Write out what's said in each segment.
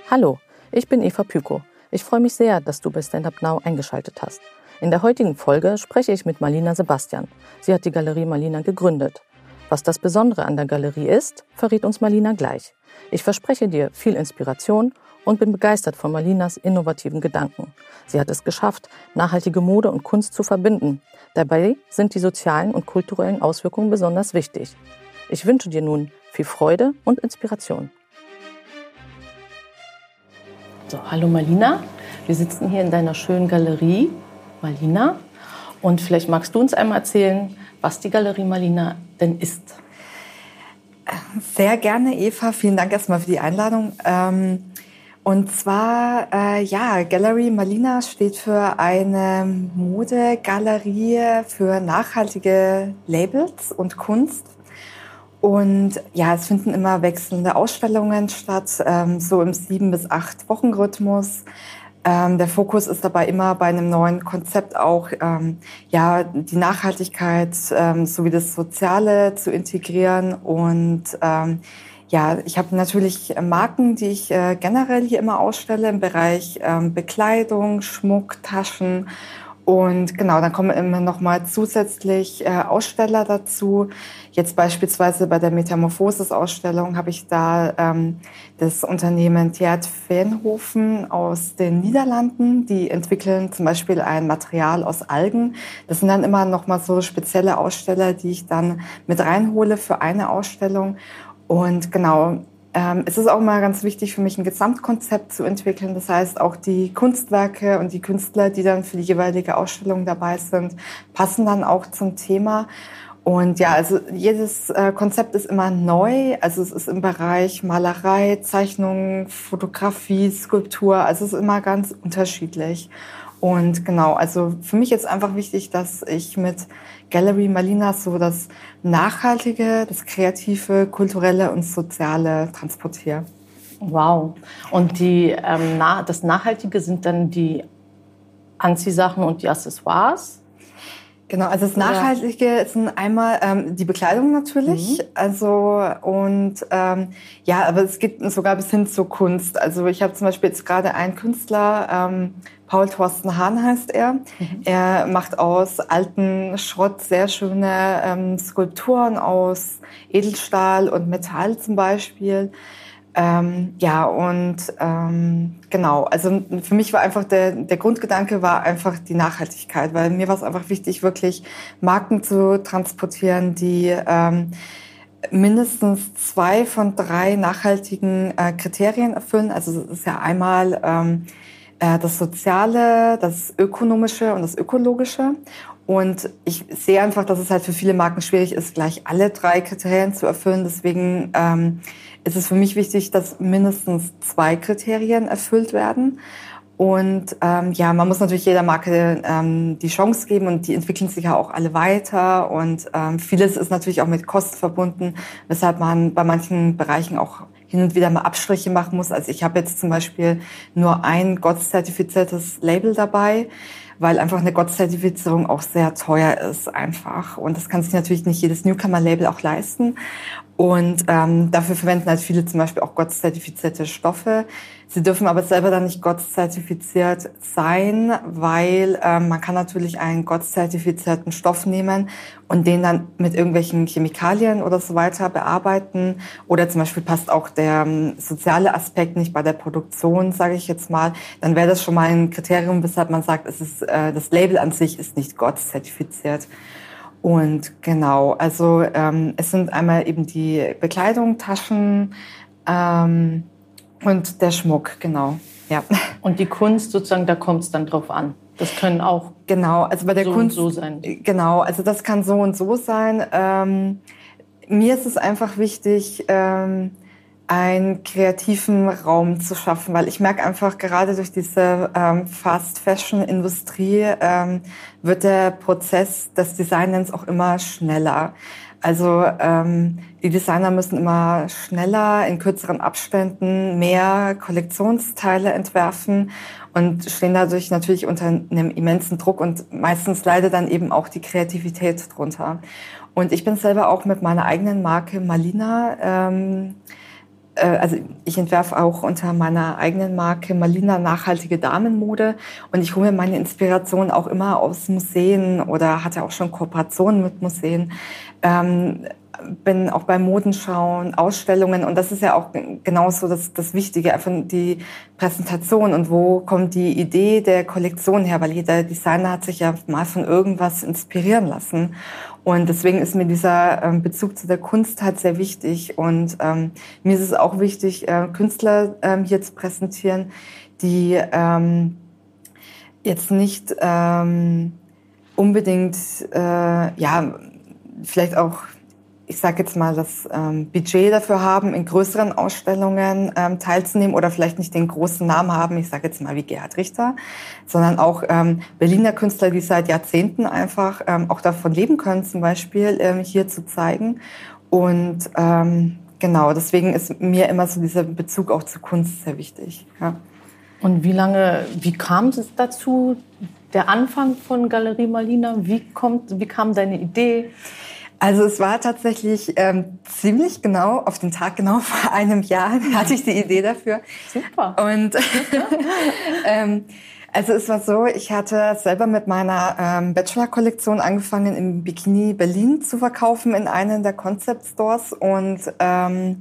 Hallo, ich bin Eva Pyko. Ich freue mich sehr, dass du bei Stand Up Now eingeschaltet hast. In der heutigen Folge spreche ich mit Marlina Sebastian. Sie hat die Galerie Marlina gegründet. Was das Besondere an der Galerie ist, verrät uns Marlina gleich. Ich verspreche dir viel Inspiration und bin begeistert von Marlinas innovativen Gedanken. Sie hat es geschafft, nachhaltige Mode und Kunst zu verbinden. Dabei sind die sozialen und kulturellen Auswirkungen besonders wichtig. Ich wünsche dir nun viel Freude und Inspiration. So, hallo Marlina, wir sitzen hier in deiner schönen Galerie Marlina und vielleicht magst du uns einmal erzählen, was die Galerie Marlina denn ist. Sehr gerne, Eva. Vielen Dank erstmal für die Einladung. Und zwar, Galerie Marlina steht für eine Modegalerie für nachhaltige Labels und Kunst. Und ja, es finden immer wechselnde Ausstellungen statt, so im 7 bis 8 Wochen Rhythmus. Der Fokus ist dabei immer bei einem neuen Konzept auch, die Nachhaltigkeit sowie das Soziale zu integrieren. Und ich habe natürlich Marken, die ich generell hier immer ausstelle im Bereich Bekleidung, Schmuck, Taschen. Und genau, dann kommen immer noch mal zusätzlich Aussteller dazu. Jetzt beispielsweise bei der Metamorphosis-Ausstellung habe ich da das Unternehmen Tjeerd Veenhoven aus den Niederlanden. Die entwickeln zum Beispiel ein Material aus Algen. Das sind dann immer noch mal so spezielle Aussteller, die ich dann mit reinhole für eine Ausstellung. Und genau, es ist auch mal ganz wichtig für mich, ein Gesamtkonzept zu entwickeln. Das heißt, auch die Kunstwerke und die Künstler, die dann für die jeweilige Ausstellung dabei sind, passen dann auch zum Thema. Und ja, also jedes Konzept ist immer neu. Also es ist im Bereich Malerei, Zeichnung, Fotografie, Skulptur. Also es ist immer ganz unterschiedlich. Und genau, also für mich ist einfach wichtig, dass ich mit Galerie Marlina so das Nachhaltige, das Kreative, Kulturelle und Soziale transportiere. Wow. Und das Nachhaltige sind dann die Anziehsachen und die Accessoires? Genau, also das Nachhaltige sind einmal die Bekleidung natürlich, aber es geht sogar bis hin zur Kunst. Also ich habe zum Beispiel jetzt gerade einen Künstler, Paul Thorsten Hahn heißt er. Er macht aus alten Schrott sehr schöne Skulpturen aus Edelstahl und Metall zum Beispiel. Genau, also für mich war einfach der Grundgedanke war einfach die Nachhaltigkeit, weil mir war es einfach wichtig, wirklich Marken zu transportieren, die mindestens 2 von 3 nachhaltigen Kriterien erfüllen. Also das ist ja einmal das Soziale, das Ökonomische und das Ökologische. Und ich sehe einfach, dass es halt für viele Marken schwierig ist, gleich alle 3 Kriterien zu erfüllen. Deswegen ist es für mich wichtig, dass mindestens 2 Kriterien erfüllt werden. Und man muss natürlich jeder Marke die Chance geben und die entwickeln sich ja auch alle weiter. Und vieles ist natürlich auch mit Kosten verbunden, weshalb man bei manchen Bereichen auch hin und wieder mal Abstriche machen muss. Also ich habe jetzt zum Beispiel nur ein GOTS-zertifiziertes Label dabei, weil einfach eine GOTS-Zertifizierung auch sehr teuer ist einfach. Und das kann sich natürlich nicht jedes Newcomer-Label auch leisten. Und dafür verwenden halt viele zum Beispiel auch GOTS-zertifizierte Stoffe. Sie dürfen aber selber dann nicht GOTS-zertifiziert sein, weil man kann natürlich einen GOTS-zertifizierten Stoff nehmen und den dann mit irgendwelchen Chemikalien oder so weiter bearbeiten. Oder zum Beispiel passt auch der soziale Aspekt nicht bei der Produktion, sage ich jetzt mal. Dann wäre das schon mal ein Kriterium, weshalb man sagt, das Label an sich ist nicht GOTS-zertifiziert. Und genau, also es sind einmal eben die Bekleidung, Taschen und der Schmuck, genau. Ja. Und die Kunst sozusagen, da kommt es dann drauf an. Das können auch genau, also bei der so Kunst und so sein. Genau, also das kann so und so sein. Mir ist es einfach wichtig, einen kreativen Raum zu schaffen, weil ich merke einfach, gerade durch diese Fast-Fashion-Industrie wird der Prozess des Designens auch immer schneller. Also die Designer müssen immer schneller, in kürzeren Abständen mehr Kollektionsteile entwerfen und stehen dadurch natürlich unter einem immensen Druck und meistens leidet dann eben auch die Kreativität drunter. Und ich bin selber auch mit meiner eigenen Marke Marlina also ich entwerfe auch unter meiner eigenen Marke Malina nachhaltige Damenmode und ich hole mir meine Inspiration auch immer aus Museen oder hatte auch schon Kooperationen mit Museen. Bin auch bei Modenschauen, Ausstellungen und das ist ja auch genauso das Wichtige, einfach die Präsentation und wo kommt die Idee der Kollektion her, weil jeder Designer hat sich ja mal von irgendwas inspirieren lassen und deswegen ist mir dieser Bezug zu der Kunst halt sehr wichtig und mir ist es auch wichtig, Künstler hier zu präsentieren, die jetzt nicht unbedingt, ja, vielleicht auch ich sage jetzt mal, das Budget dafür haben, in größeren Ausstellungen teilzunehmen oder vielleicht nicht den großen Namen haben, ich sage jetzt mal wie Gerhard Richter, sondern auch Berliner Künstler, die seit Jahrzehnten einfach auch davon leben können, zum Beispiel hier zu zeigen. Und genau, deswegen ist mir immer so dieser Bezug auch zur Kunst sehr wichtig. Ja. Und wie kam es dazu, der Anfang von Galerie Malina? Wie kam deine Idee? Also es war tatsächlich ziemlich genau, auf den Tag genau vor einem Jahr hatte ich die Idee dafür. Super. Und also es war so, ich hatte selber mit meiner Bachelor-Kollektion angefangen, im Bikini Berlin zu verkaufen in einem der Concept Stores und habe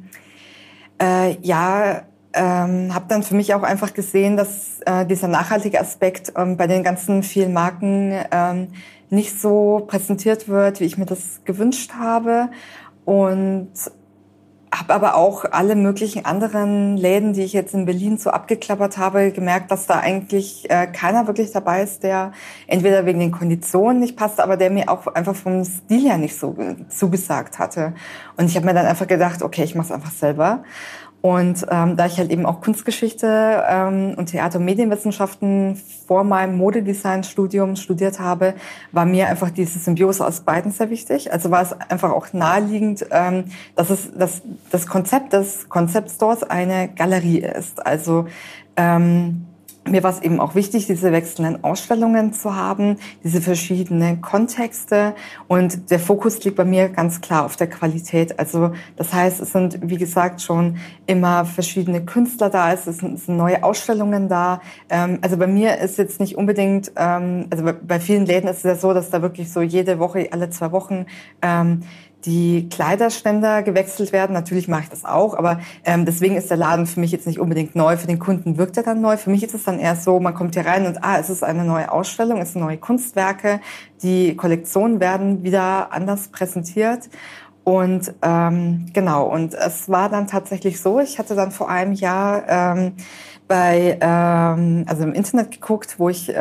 dann für mich auch einfach gesehen, dass dieser nachhaltige Aspekt bei den ganzen vielen Marken nicht so präsentiert wird, wie ich mir das gewünscht habe. Und habe aber auch alle möglichen anderen Läden, die ich jetzt in Berlin so abgeklappert habe, gemerkt, dass da eigentlich keiner wirklich dabei ist, der entweder wegen den Konditionen nicht passt, aber der mir auch einfach vom Stil her nicht so zugesagt hatte. Und ich habe mir dann einfach gedacht, okay, ich mache es einfach selber. Und da ich halt eben auch Kunstgeschichte und Theater- und Medienwissenschaften vor meinem Modedesign-Studium studiert habe, war mir einfach diese Symbiose aus beiden sehr wichtig. Also war es einfach auch naheliegend, dass das Konzept des Concept Stores eine Galerie ist. Also mir war es eben auch wichtig, diese wechselnden Ausstellungen zu haben, diese verschiedenen Kontexte und der Fokus liegt bei mir ganz klar auf der Qualität. Also das heißt, es sind, wie gesagt, schon immer verschiedene Künstler da, es sind neue Ausstellungen da. Also bei mir ist jetzt nicht unbedingt, also bei vielen Läden ist es ja so, dass da wirklich so jede Woche, alle 2 Wochen die Kleiderständer gewechselt werden. Natürlich mache ich das auch, aber deswegen ist der Laden für mich jetzt nicht unbedingt neu. Für den Kunden wirkt er dann neu. Für mich ist es dann eher so, man kommt hier rein und es ist eine neue Ausstellung, es sind neue Kunstwerke. Die Kollektionen werden wieder anders präsentiert. Und genau, und es war dann tatsächlich so, ich hatte dann vor einem Jahr also im Internet geguckt, wo ich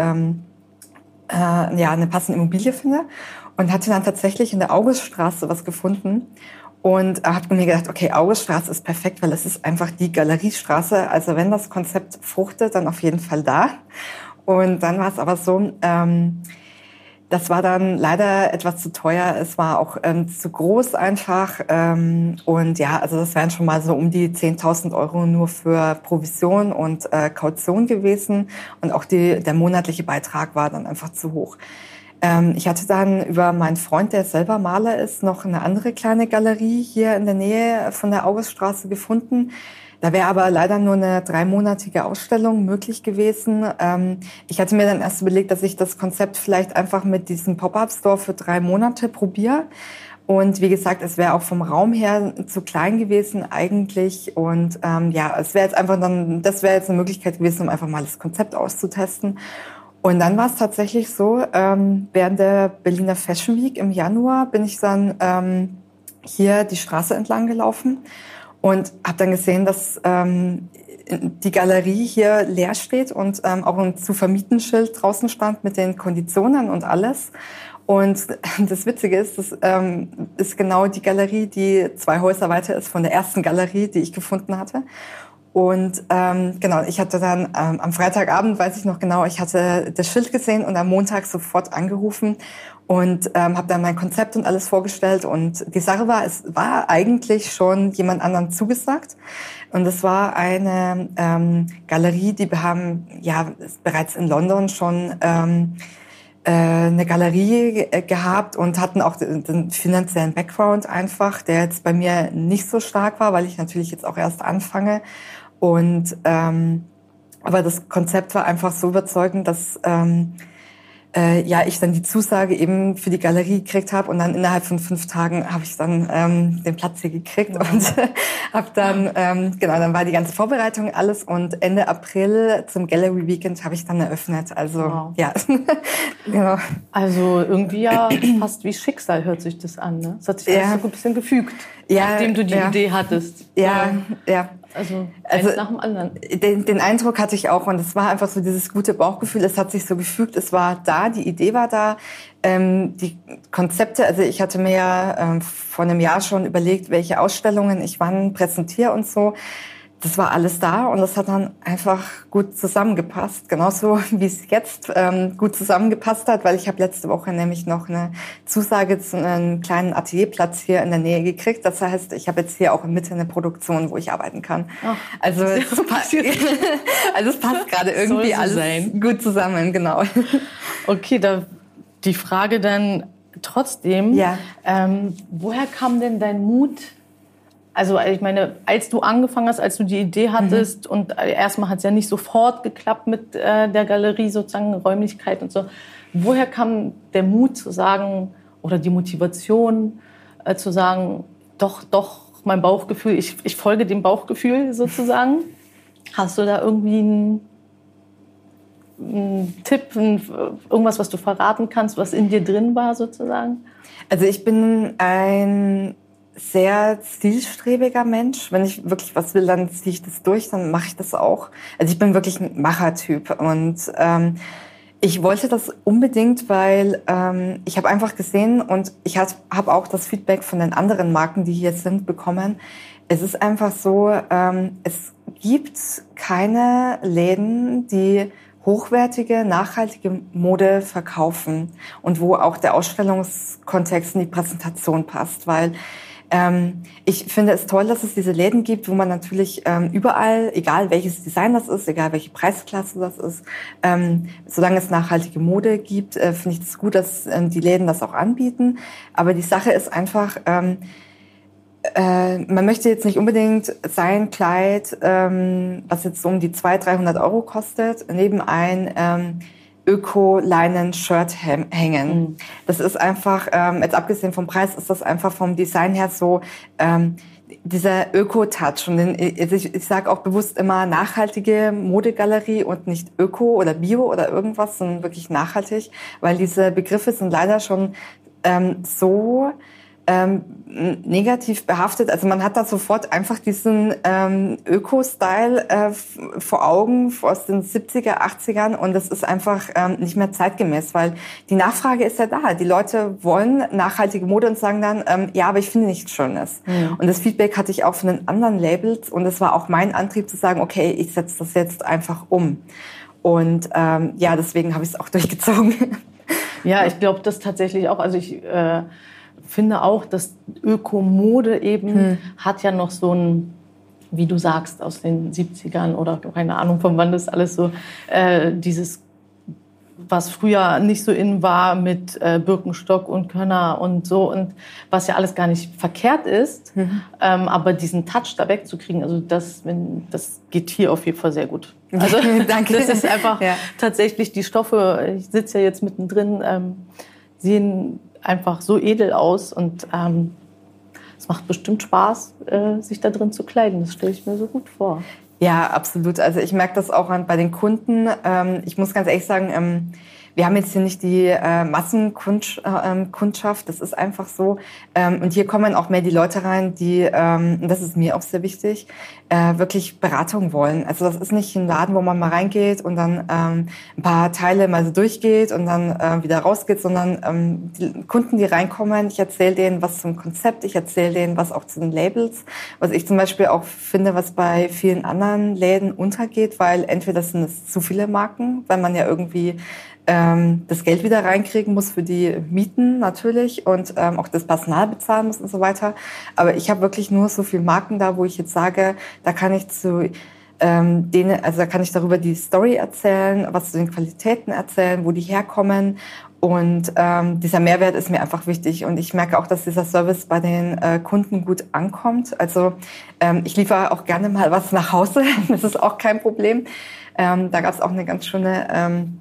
eine passende Immobilie finde. Und hatte dann tatsächlich in der Auguststraße was gefunden und habe mir gedacht, okay, Auguststraße ist perfekt, weil es ist einfach die Galeriestraße. Also wenn das Konzept fruchtet, dann auf jeden Fall da. Und dann war es aber so, das war dann leider etwas zu teuer. Es war auch zu groß einfach. Und ja, also das wären schon mal so um die 10.000 Euro nur für Provision und Kaution gewesen. Und auch der monatliche Beitrag war dann einfach zu hoch. Ich hatte dann über meinen Freund, der selber Maler ist, noch eine andere kleine Galerie hier in der Nähe von der Auguststraße gefunden. Da wäre aber leider nur eine 3-monatige Ausstellung möglich gewesen. Ich hatte mir dann erst überlegt, dass ich das Konzept vielleicht einfach mit diesem Pop-up-Store für 3 Monate probiere. Und wie gesagt, es wäre auch vom Raum her zu klein gewesen eigentlich. Und es wäre jetzt einfach das wäre jetzt eine Möglichkeit gewesen, um einfach mal das Konzept auszutesten. Und dann war es tatsächlich so, während der Berliner Fashion Week im Januar bin ich dann hier die Straße entlang gelaufen und habe dann gesehen, dass die Galerie hier leer steht und auch ein Zu-vermieten-Schild draußen stand mit den Konditionen und alles. Und das Witzige ist, das ist genau die Galerie, die 2 Häuser weiter ist von der ersten Galerie, die ich gefunden hatte. Und genau, ich hatte dann am Freitagabend, weiß ich noch genau, ich hatte das Schild gesehen und am Montag sofort angerufen und habe dann mein Konzept und alles vorgestellt. Und die Sache war, es war eigentlich schon jemand anderen zugesagt. Und es war eine Galerie, die wir haben ja bereits in London schon eine Galerie gehabt und hatten auch den finanziellen Background einfach, der jetzt bei mir nicht so stark war, weil ich natürlich jetzt auch erst anfange. Und aber das Konzept war einfach so überzeugend, dass ich dann die Zusage eben für die Galerie gekriegt habe und dann innerhalb von 5 Tagen habe ich dann den Platz hier gekriegt und habe dann dann war die ganze Vorbereitung alles und Ende April zum Gallery Weekend habe ich dann eröffnet. Also ja, genau. Also irgendwie ja fast wie Schicksal hört sich das an, ne? Das hat sich alles so ein bisschen gefügt, nachdem du die Idee hattest. Ja. Also eins nach dem anderen. Den Eindruck hatte ich auch und es war einfach so dieses gute Bauchgefühl, es hat sich so gefügt, es war da, die Idee war da, die Konzepte, also ich hatte mir ja vor einem Jahr schon überlegt, welche Ausstellungen ich wann präsentiere und so. Das war alles da und das hat dann einfach gut zusammengepasst. Genauso wie es jetzt gut zusammengepasst hat, weil ich habe letzte Woche nämlich noch eine Zusage zu einem kleinen Atelierplatz hier in der Nähe gekriegt. Das heißt, ich habe jetzt hier auch in Mitte eine Produktion, wo ich arbeiten kann. Also es passt gerade irgendwie alles gut zusammen, genau. Okay, die Frage dann trotzdem, woher kam denn dein Mut? Also ich meine, als du angefangen hast, als du die Idee hattest und erstmal hat es ja nicht sofort geklappt mit der Galerie, sozusagen Räumlichkeit und so. Woher kam der Mut zu sagen oder die Motivation zu sagen, doch, mein Bauchgefühl, ich folge dem Bauchgefühl sozusagen? Hast du da irgendwie einen Tipp, irgendwas, was du verraten kannst, was in dir drin war sozusagen? Also ich bin ein sehr zielstrebiger Mensch. Wenn ich wirklich was will, dann ziehe ich das durch, dann mache ich das auch. Also ich bin wirklich ein Machertyp und ich wollte das unbedingt, weil ich habe einfach gesehen und ich habe auch das Feedback von den anderen Marken, die hier sind, bekommen. Es ist einfach so, es gibt keine Läden, die hochwertige, nachhaltige Mode verkaufen und wo auch der Ausstellungskontext in die Präsentation passt, weil ich finde es toll, dass es diese Läden gibt, wo man natürlich überall, egal welches Design das ist, egal welche Preisklasse das ist, solange es nachhaltige Mode gibt, finde ich es gut, dass die Läden das auch anbieten. Aber die Sache ist einfach, man möchte jetzt nicht unbedingt sein Kleid, was jetzt so um die 200-300 Euro kostet, neben ein Öko-Leinen-Shirt hängen. Das ist einfach, jetzt abgesehen vom Preis, ist das einfach vom Design her so dieser Öko-Touch. Und ich sage auch bewusst immer nachhaltige Modegalerie und nicht Öko oder Bio oder irgendwas, sondern wirklich nachhaltig, weil diese Begriffe sind leider schon so negativ behaftet. Also man hat da sofort einfach diesen Öko-Style vor Augen aus den 70er, 80ern und das ist einfach nicht mehr zeitgemäß, weil die Nachfrage ist ja da. Die Leute wollen nachhaltige Mode und sagen dann, ja, aber ich finde nichts Schönes. Ja. Und das Feedback hatte ich auch von den anderen Labels und es war auch mein Antrieb zu sagen, okay, ich setze das jetzt einfach um. Und deswegen habe ich es auch durchgezogen. Ja, ich glaube das tatsächlich auch. Also ich finde auch, dass Ökomode eben hat ja noch so ein, wie du sagst, aus den 70ern oder keine Ahnung, von wann das alles so, dieses, was früher nicht so in war mit Birkenstock und Könner und so und was ja alles gar nicht verkehrt ist, aber diesen Touch da wegzukriegen, also das geht hier auf jeden Fall sehr gut. Also danke. Das ist einfach tatsächlich die Stoffe, ich sitze ja jetzt mittendrin, sehen einfach so edel aus und es macht bestimmt Spaß, sich da drin zu kleiden. Das stelle ich mir so gut vor. Ja, absolut. Also ich merke das auch bei den Kunden. Ich muss ganz ehrlich sagen, wir haben jetzt hier nicht die Massenkundschaft, das ist einfach so. Und hier kommen auch mehr die Leute rein, die, und das ist mir auch sehr wichtig, wirklich Beratung wollen. Also das ist nicht ein Laden, wo man mal reingeht und dann ein paar Teile mal so durchgeht und dann wieder rausgeht, sondern die Kunden, die reinkommen, ich erzähle denen was zum Konzept, ich erzähle denen was auch zu den Labels, was ich zum Beispiel auch finde, was bei vielen anderen Läden untergeht, weil entweder sind es zu viele Marken, weil man ja irgendwie das Geld wieder reinkriegen muss für die Mieten natürlich und auch das Personal bezahlen muss und so weiter. Aber ich habe wirklich nur so viele Marken da, wo ich jetzt sage, da kann ich da kann ich darüber die Story erzählen, was zu den Qualitäten erzählen, wo die herkommen Und dieser Mehrwert ist mir einfach wichtig. Und ich merke auch, dass dieser Service bei den Kunden gut ankommt. Also ich liefere auch gerne mal was nach Hause. Das ist auch kein Problem. Da gab es auch eine ganz schönen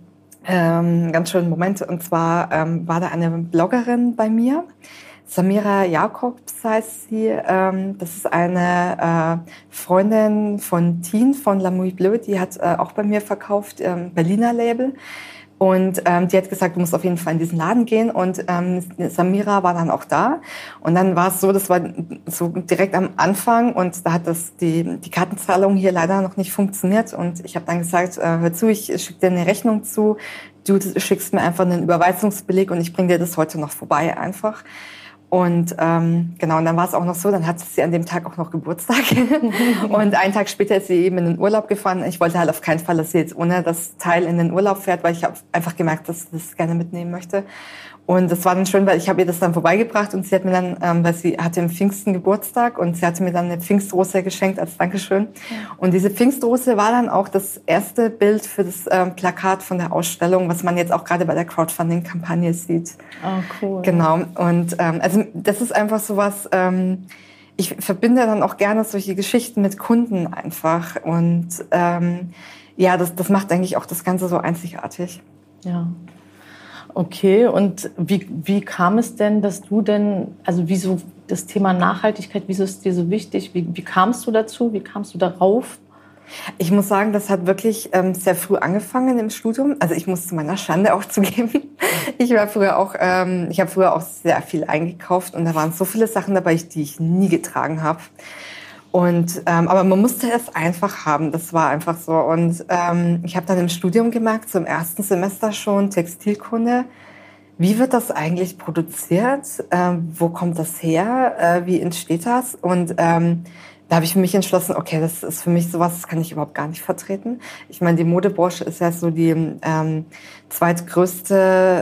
Moment. Und zwar war da eine Bloggerin bei mir. Samira Jakobs heißt sie. Das ist eine Freundin von Tine von La Mouille Bleue. Die hat auch bei mir verkauft, Berliner Label. Und die hat gesagt, du musst auf jeden Fall in diesen Laden gehen. Und Samira war dann auch da. Und dann war es so, das war so direkt am Anfang. Und da hat die Kartenzahlung hier leider noch nicht funktioniert. Und ich habe dann gesagt, hör zu, ich schicke dir eine Rechnung zu. Du schickst mir einfach einen Überweisungsbeleg und ich bringe dir das heute noch vorbei einfach. Und genau, und dann war es auch noch so, dann hatte sie an dem Tag auch noch Geburtstag. Und einen Tag später ist sie eben in den Urlaub gefahren. Ich wollte halt auf keinen Fall, dass sie jetzt ohne das Teil in den Urlaub fährt, weil ich habe einfach gemerkt, dass sie das gerne mitnehmen möchte. Und das war dann schön, weil ich habe ihr das dann vorbeigebracht und sie hat mir dann, weil sie hatte im Pfingsten Geburtstag und sie hatte mir dann eine Pfingstrose geschenkt als Dankeschön. Und diese Pfingstrose war dann auch das erste Bild für das Plakat von der Ausstellung, was man jetzt auch gerade bei der Crowdfunding-Kampagne sieht. Oh, cool. Genau. Und also das ist einfach sowas, ich verbinde dann auch gerne solche Geschichten mit Kunden einfach. Und ja, das macht eigentlich auch das Ganze so einzigartig. Ja. Okay, und wie kam es denn, dass du denn, also wieso das Thema Nachhaltigkeit, wieso ist dir so wichtig? Wie kamst du dazu? Wie kamst du darauf? Ich muss sagen, das hat wirklich sehr früh angefangen im Studium. Also ich muss zu meiner Schande auch zugeben. Ich habe früher auch sehr viel eingekauft und da waren so viele Sachen dabei, die ich nie getragen habe. Und aber man musste es einfach haben, das war einfach so. Und ich habe dann im Studium gemerkt, so im ersten Semester schon Textilkunde, wie wird das eigentlich produziert? Wo kommt das her? Wie entsteht das? Und da habe ich für mich entschlossen, okay, das ist für mich sowas, das kann ich überhaupt gar nicht vertreten. Ich meine, die Modebranche ist ja so die zweitgrößte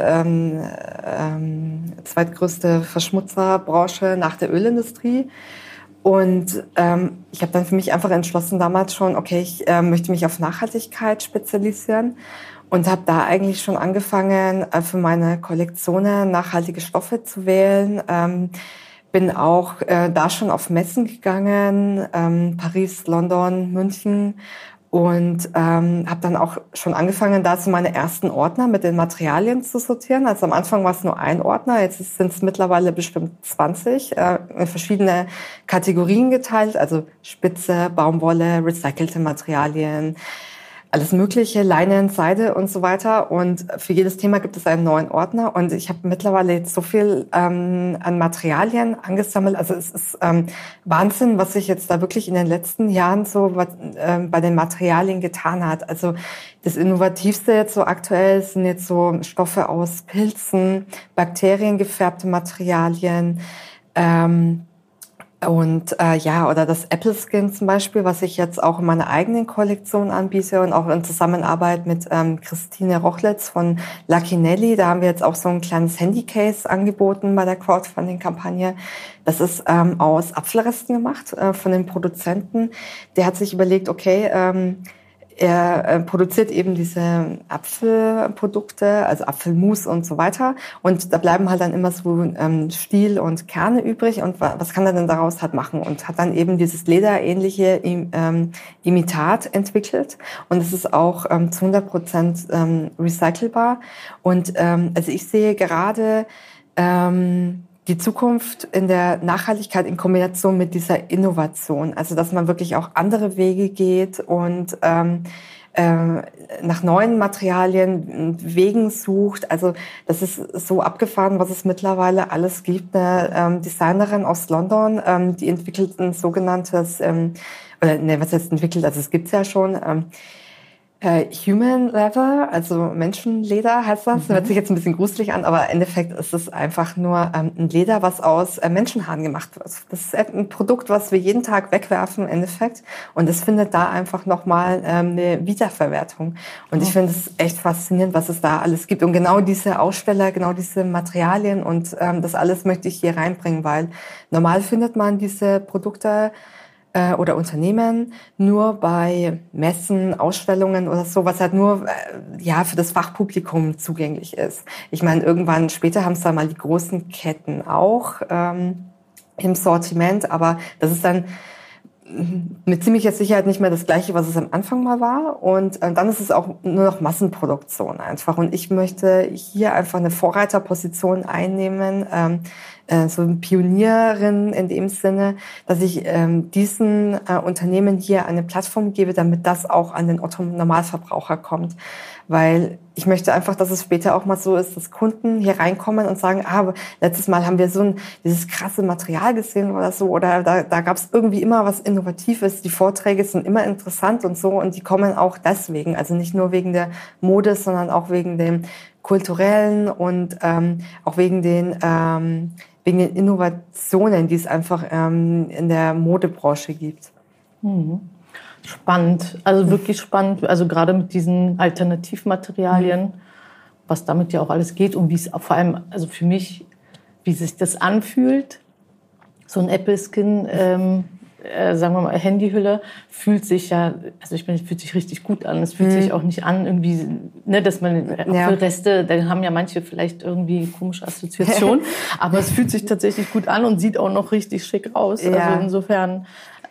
Verschmutzerbranche nach der Ölindustrie. Und ich habe dann für mich einfach entschlossen damals schon, okay, ich möchte mich auf Nachhaltigkeit spezialisieren und habe da eigentlich schon angefangen, für meine Kollektionen nachhaltige Stoffe zu wählen. Bin auch da schon auf Messen gegangen, Paris, London, München. Und habe dann auch schon angefangen, da so meine ersten Ordner mit den Materialien zu sortieren. Also am Anfang war es nur ein Ordner, jetzt sind es mittlerweile bestimmt 20, in verschiedene Kategorien geteilt, also Spitze, Baumwolle, recycelte Materialien, alles Mögliche, Leinen, Seide und so weiter. Und für jedes Thema gibt es einen neuen Ordner. Und ich habe mittlerweile jetzt so viel an Materialien angesammelt. Also es ist Wahnsinn, was sich jetzt da wirklich in den letzten Jahren so bei den Materialien getan hat. Also das Innovativste jetzt so aktuell sind jetzt so Stoffe aus Pilzen, bakteriengefärbte Materialien, oder das Apple Skin zum Beispiel, was ich jetzt auch in meiner eigenen Kollektion anbiete und auch in Zusammenarbeit mit Christine Rochlitz von Lucky Nelly. Da haben wir jetzt auch so ein kleines Handycase angeboten bei der Crowdfunding-Kampagne. Das ist aus Apfelresten gemacht von dem Produzenten. Der hat sich überlegt, okay, er produziert eben diese Apfelprodukte, also Apfelmus und so weiter. Und da bleiben halt dann immer so Stiel und Kerne übrig. Und was kann er denn daraus halt machen? Und hat dann eben dieses lederähnliche Imitat entwickelt. Und es ist auch zu 100% recycelbar. Und also ich sehe gerade die Zukunft in der Nachhaltigkeit in Kombination mit dieser Innovation. Also, dass man wirklich auch andere Wege geht und nach neuen Materialien, Wegen sucht. Also, das ist so abgefahren, was es mittlerweile alles gibt. Eine Designerin aus London, die entwickelt ein sogenanntes, was heißt entwickelt, also es gibt's ja schon, Human Leather, also Menschenleder heißt das. Hört sich jetzt ein bisschen gruselig an, aber im Endeffekt ist es einfach nur ein Leder, was aus Menschenhaaren gemacht wird. Das ist ein Produkt, was wir jeden Tag wegwerfen im Endeffekt. Und es findet da einfach nochmal eine Wiederverwertung. Und ich finde es echt faszinierend, was es da alles gibt. Und genau diese Aussteller, genau diese Materialien und das alles möchte ich hier reinbringen, weil normal findet man diese Produkte oder Unternehmen nur bei Messen, Ausstellungen oder so, was halt nur für das Fachpublikum zugänglich ist. Ich meine, irgendwann später haben es dann mal die großen Ketten auch im Sortiment, aber das ist dann mit ziemlicher Sicherheit nicht mehr das Gleiche, was es am Anfang mal war. Und dann ist es auch nur noch Massenproduktion einfach. Und ich möchte hier einfach eine Vorreiterposition einnehmen, so eine Pionierin in dem Sinne, dass ich diesen Unternehmen hier eine Plattform gebe, damit das auch an den Otto-Normalverbraucher kommt. Weil ich möchte einfach, dass es später auch mal so ist, dass Kunden hier reinkommen und sagen, letztes Mal haben wir dieses krasse Material gesehen oder so, oder da gab es irgendwie immer was Innovatives, die Vorträge sind immer interessant und so, und die kommen auch deswegen, also nicht nur wegen der Mode, sondern auch wegen dem Kulturellen und auch wegen den Innovationen, die es einfach in der Modebranche gibt. Mhm. Spannend, also wirklich spannend, also gerade mit diesen Alternativmaterialien, was damit ja auch alles geht und wie es vor allem, also für mich, wie sich das anfühlt, so ein Apple Skin, sagen wir mal Handyhülle, fühlt sich fühlt sich richtig gut an. Es fühlt sich auch nicht an irgendwie, ne, dass man Apfelreste, da haben ja manche vielleicht irgendwie komische Assoziationen, aber es fühlt sich tatsächlich gut an und sieht auch noch richtig schick aus. Ja. Also insofern,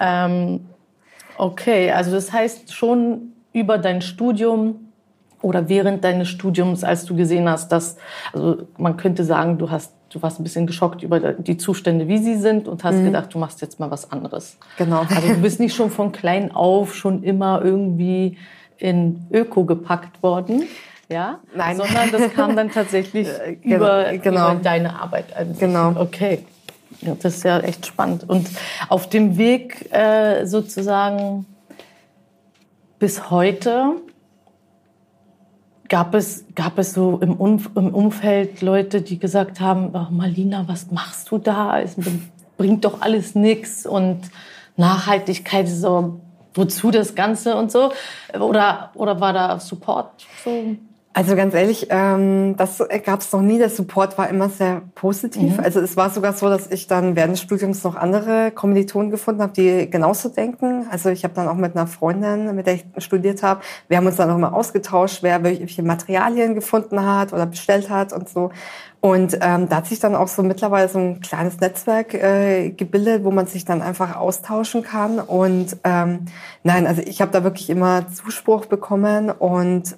okay, also das heißt schon über dein Studium oder während deines Studiums, als du gesehen hast, dass, also man könnte sagen, du warst ein bisschen geschockt über die Zustände, wie sie sind, und hast gedacht, du machst jetzt mal was anderes. Genau. Also du bist nicht schon von klein auf schon immer irgendwie in Öko gepackt worden, ja? Nein. Sondern das kam dann tatsächlich über deine Arbeit. Also genau. Okay. Ja, das ist ja echt spannend. Und auf dem Weg sozusagen bis heute gab es so im Umfeld Leute, die gesagt haben, oh, Malina, was machst du da? Es bringt doch alles nichts und Nachhaltigkeit ist so, wozu das Ganze und so? Oder war da Support so? Also ganz ehrlich, das gab es noch nie. Der Support war immer sehr positiv. Also es war sogar so, dass ich dann während des Studiums noch andere Kommilitonen gefunden habe, die genauso denken. Also ich habe dann auch mit einer Freundin, mit der ich studiert habe, wir haben uns dann auch mal ausgetauscht, wer welche Materialien gefunden hat oder bestellt hat und so. Und da hat sich dann auch so mittlerweile so ein kleines Netzwerk gebildet, wo man sich dann einfach austauschen kann. Und also ich habe da wirklich immer Zuspruch bekommen und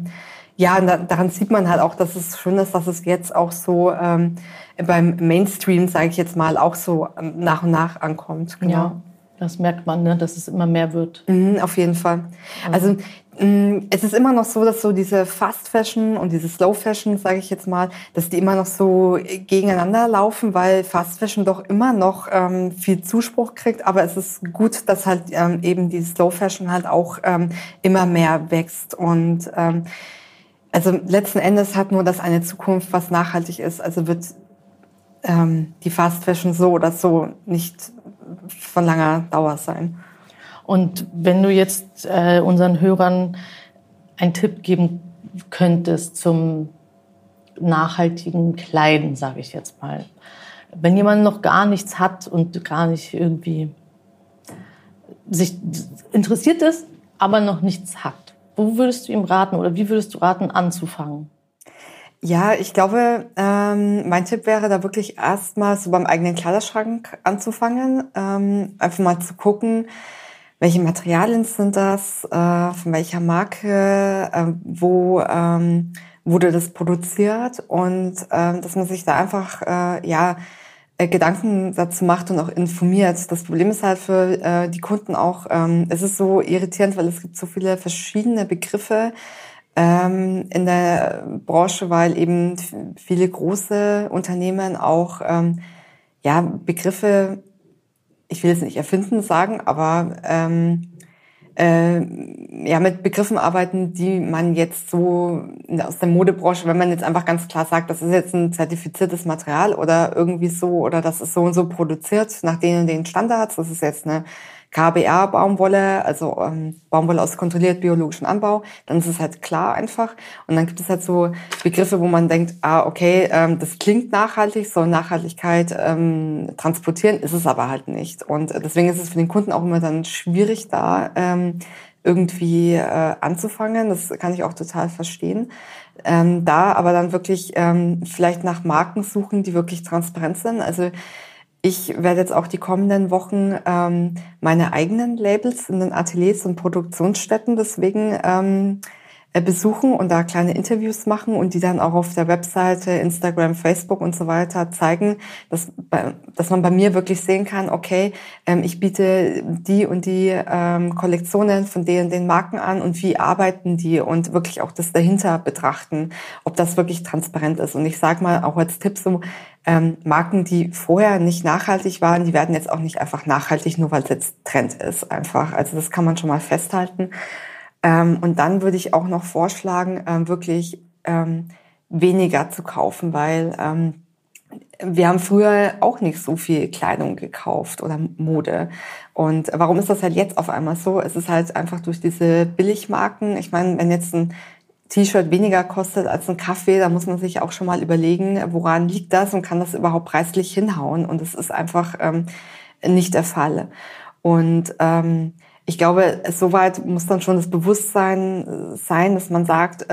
daran sieht man halt auch, dass es schön ist, dass es jetzt auch so beim Mainstream, sage ich jetzt mal, auch so nach und nach ankommt. Genau. Ja, das merkt man, ne, dass es immer mehr wird. Auf jeden Fall. Also es ist immer noch so, dass so diese Fast Fashion und diese Slow Fashion, sage ich jetzt mal, dass die immer noch so gegeneinander laufen, weil Fast Fashion doch immer noch viel Zuspruch kriegt. Aber es ist gut, dass halt eben die Slow Fashion halt auch immer mehr wächst. Und also letzten Endes hat nur das eine Zukunft, was nachhaltig ist. Also wird die Fast Fashion so oder so nicht von langer Dauer sein. Und wenn du jetzt unseren Hörern einen Tipp geben könntest zum nachhaltigen Kleiden, sage ich jetzt mal. Wenn jemand noch gar nichts hat und gar nicht irgendwie sich interessiert ist, aber noch nichts hat, wo würdest du ihm raten oder wie würdest du raten, anzufangen? Ja, ich glaube, mein Tipp wäre da wirklich erstmal so beim eigenen Kleiderschrank anzufangen. Einfach mal zu gucken, welche Materialien sind das, von welcher Marke, wo wurde das produziert, und dass man sich da einfach Gedanken dazu macht und auch informiert. Das Problem ist halt für die Kunden auch, es ist so irritierend, weil es gibt so viele verschiedene Begriffe in der Branche, weil eben viele große Unternehmen auch Begriffe, ich will es nicht erfinden sagen, aber mit Begriffen arbeiten, die man jetzt so aus der Modebranche, wenn man jetzt einfach ganz klar sagt, das ist jetzt ein zertifiziertes Material oder irgendwie so, oder das ist so und so produziert nach den und den Standards, das ist jetzt eine KBA-Baumwolle, also Baumwolle aus kontrolliert biologischem Anbau, dann ist es halt klar einfach. Und dann gibt es halt so Begriffe, wo man denkt, okay, das klingt nachhaltig, soll Nachhaltigkeit transportieren, ist es aber halt nicht. Und deswegen ist es für den Kunden auch immer dann schwierig, da irgendwie anzufangen. Das kann ich auch total verstehen. Da aber dann wirklich vielleicht nach Marken suchen, die wirklich transparent sind. Also ich werde jetzt auch die kommenden Wochen meine eigenen Labels in den Ateliers und Produktionsstätten deswegen besuchen und da kleine Interviews machen und die dann auch auf der Webseite, Instagram, Facebook und so weiter zeigen, dass man bei mir wirklich sehen kann, okay, ich biete die und die Kollektionen von den Marken an und wie arbeiten die und wirklich auch das dahinter betrachten, ob das wirklich transparent ist. Und ich sage mal auch als Tipp so, Marken, die vorher nicht nachhaltig waren, die werden jetzt auch nicht einfach nachhaltig, nur weil es jetzt Trend ist einfach. Also das kann man schon mal festhalten. Und dann würde ich auch noch vorschlagen, wirklich weniger zu kaufen, weil wir haben früher auch nicht so viel Kleidung gekauft oder Mode. Und warum ist das halt jetzt auf einmal so? Es ist halt einfach durch diese Billigmarken. Ich meine, wenn jetzt ein T-Shirt weniger kostet als ein Kaffee, da muss man sich auch schon mal überlegen, woran liegt das und kann das überhaupt preislich hinhauen? Und das ist einfach nicht der Fall. Und ich glaube, soweit muss dann schon das Bewusstsein sein, dass man sagt,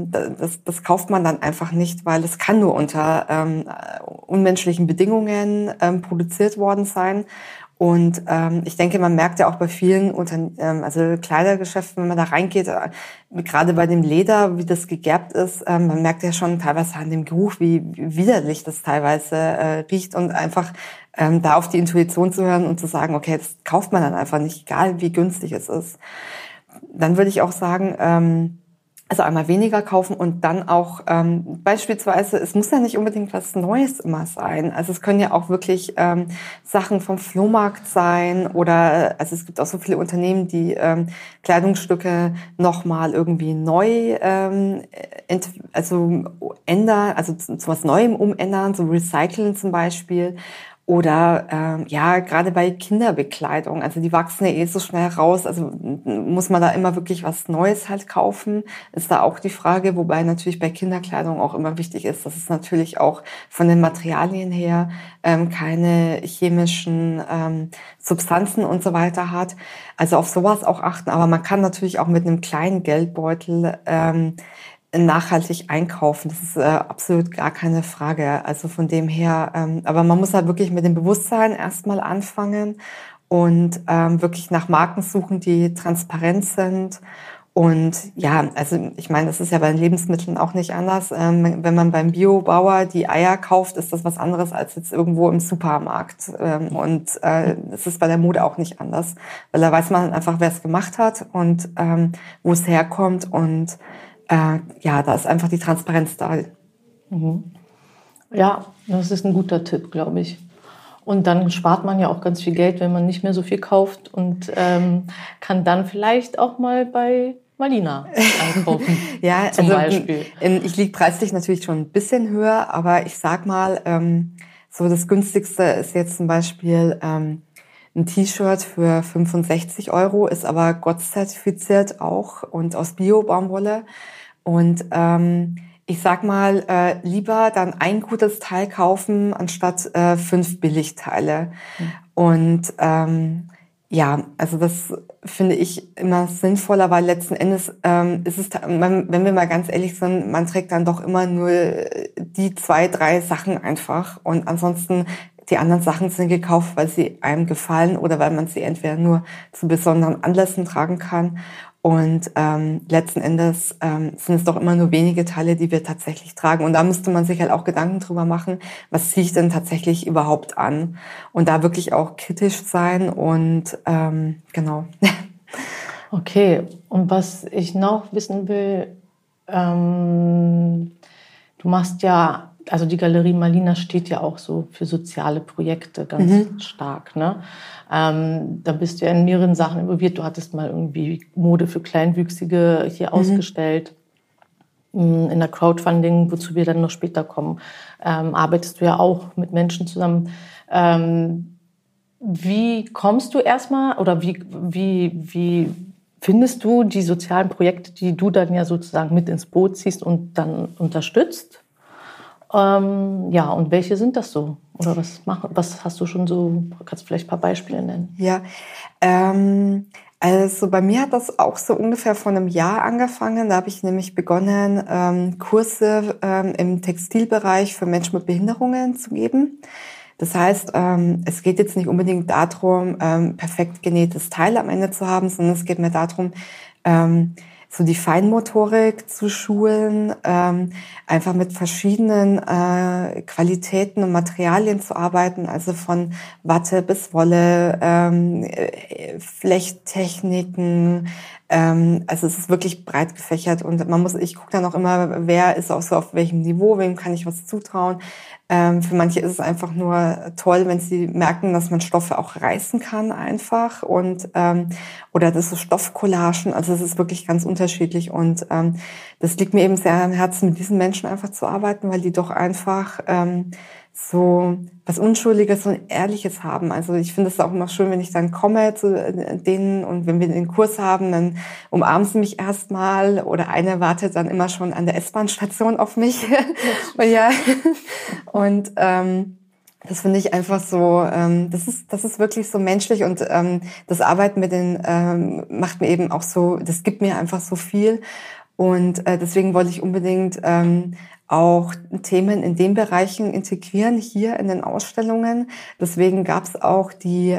das kauft man dann einfach nicht, weil es kann nur unter unmenschlichen Bedingungen produziert worden sein. Und ich denke, man merkt ja auch bei vielen also Kleidergeschäften, wenn man da reingeht, gerade bei dem Leder, wie das gegerbt ist, man merkt ja schon teilweise an dem Geruch, wie widerlich das teilweise riecht und einfach da auf die Intuition zu hören und zu sagen, okay, das kauft man dann einfach nicht, egal wie günstig es ist. Dann würde ich auch sagen, also einmal weniger kaufen und dann auch beispielsweise, es muss ja nicht unbedingt was Neues immer sein. Also es können ja auch wirklich Sachen vom Flohmarkt sein oder also es gibt auch so viele Unternehmen, die Kleidungsstücke nochmal irgendwie neu ändern, also zu was Neuem umändern, so recyceln zum Beispiel. Oder gerade bei Kinderbekleidung, also die wachsen ja so schnell raus, also muss man da immer wirklich was Neues halt kaufen, ist da auch die Frage, wobei natürlich bei Kinderkleidung auch immer wichtig ist, dass es natürlich auch von den Materialien her keine chemischen Substanzen und so weiter hat. Also auf sowas auch achten, aber man kann natürlich auch mit einem kleinen Geldbeutel nachhaltig einkaufen. Das ist absolut gar keine Frage. Also von dem her, aber man muss halt wirklich mit dem Bewusstsein erstmal anfangen und wirklich nach Marken suchen, die transparent sind. Und ja, also ich meine, das ist ja bei den Lebensmitteln auch nicht anders. Wenn man beim Biobauer die Eier kauft, ist das was anderes als jetzt irgendwo im Supermarkt. Und es ist bei der Mode auch nicht anders, weil da weiß man einfach, wer es gemacht hat und wo es herkommt und da ist einfach die Transparenz da. Mhm. Ja, das ist ein guter Tipp, glaube ich. Und dann spart man ja auch ganz viel Geld, wenn man nicht mehr so viel kauft und kann dann vielleicht auch mal bei Malina einkaufen. Ja, zum Beispiel. Ich liege preislich natürlich schon ein bisschen höher, aber ich sag mal, so das günstigste ist jetzt zum Beispiel ein T-Shirt für 65 €, ist aber GOTS-zertifiziert auch und aus Bio-Baumwolle. Und ich sag mal, lieber dann ein gutes Teil kaufen, anstatt 5 Billigteile. Und also das finde ich immer sinnvoller, weil letzten Endes ist es, wenn wir mal ganz ehrlich sind, man trägt dann doch immer nur die 2, 3 Sachen einfach. Und ansonsten die anderen Sachen sind gekauft, weil sie einem gefallen oder weil man sie entweder nur zu besonderen Anlässen tragen kann. Und letzten Endes sind es doch immer nur wenige Teile, die wir tatsächlich tragen. Und da müsste man sich halt auch Gedanken drüber machen, was ziehe ich denn tatsächlich überhaupt an? Und da wirklich auch kritisch sein und genau. Okay, und was ich noch wissen will, du machst ja, also die Galerie Malina steht ja auch so für soziale Projekte ganz stark, ne? Da bist du ja in mehreren Sachen involviert. Du hattest mal irgendwie Mode für Kleinwüchsige hier ausgestellt. In der Crowdfunding, wozu wir dann noch später kommen, arbeitest du ja auch mit Menschen zusammen. Wie kommst du erstmal oder wie findest du die sozialen Projekte, die du dann ja sozusagen mit ins Boot ziehst und dann unterstützt? Und welche sind das so? Oder was hast du schon so, kannst du vielleicht ein paar Beispiele nennen? Ja, also bei mir hat das auch so ungefähr vor einem Jahr angefangen. Da habe ich nämlich begonnen, Kurse im Textilbereich für Menschen mit Behinderungen zu geben. Das heißt, es geht jetzt nicht unbedingt darum, perfekt genähtes Teil am Ende zu haben, sondern es geht mir darum, so die Feinmotorik zu schulen, einfach mit verschiedenen Qualitäten und Materialien zu arbeiten, also von Watte bis Wolle, Flechttechniken. Also es ist wirklich breit gefächert und ich gucke dann auch immer, wer ist auch so auf welchem Niveau, wem kann ich was zutrauen. Für manche ist es einfach nur toll, wenn sie merken, dass man Stoffe auch reißen kann einfach oder das so Stoffcollagen. Also es ist wirklich ganz unterschiedlich und das liegt mir eben sehr am Herzen, mit diesen Menschen einfach zu arbeiten, weil die doch einfach so was Unschuldiges und Ehrliches haben. Also ich finde es auch immer schön, wenn ich dann komme zu denen und wenn wir den Kurs haben, dann umarmen sie mich erstmal oder eine wartet dann immer schon an der S-Bahn-Station auf mich. Ja. Und das finde ich einfach so, das ist wirklich so menschlich und das Arbeiten mit den macht mir eben auch so, das gibt mir einfach so viel. Und deswegen wollte ich unbedingt auch Themen in den Bereichen integrieren, hier in den Ausstellungen. Deswegen gab es auch die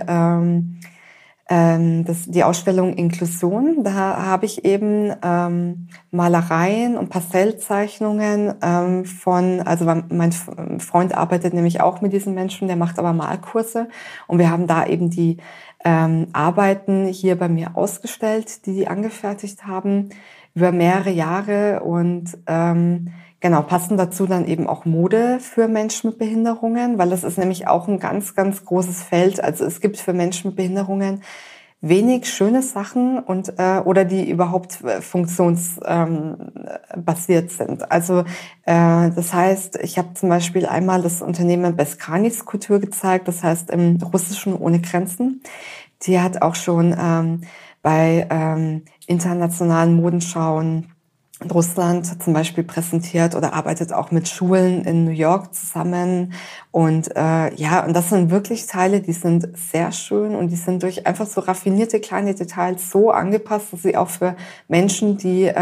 Ausstellung Inklusion. Da habe ich eben Malereien und Pastellzeichnungen also mein Freund arbeitet nämlich auch mit diesen Menschen, der macht aber Malkurse. Und wir haben da eben die Arbeiten hier bei mir ausgestellt, die angefertigt haben über mehrere Jahre und genau, passen dazu dann eben auch Mode für Menschen mit Behinderungen, weil das ist nämlich auch ein ganz, ganz großes Feld. Also es gibt für Menschen mit Behinderungen wenig schöne Sachen und oder die überhaupt funktionsbasiert sind. Also das heißt, ich habe zum Beispiel einmal das Unternehmen Beskrani Couture gezeigt, das heißt im Russischen ohne Grenzen. Die hat auch schon bei internationalen Modenschauen in Russland zum Beispiel präsentiert oder arbeitet auch mit Schulen in New York zusammen. Und und das sind wirklich Teile, die sind sehr schön und die sind durch einfach so raffinierte kleine Details so angepasst, dass sie auch für Menschen, die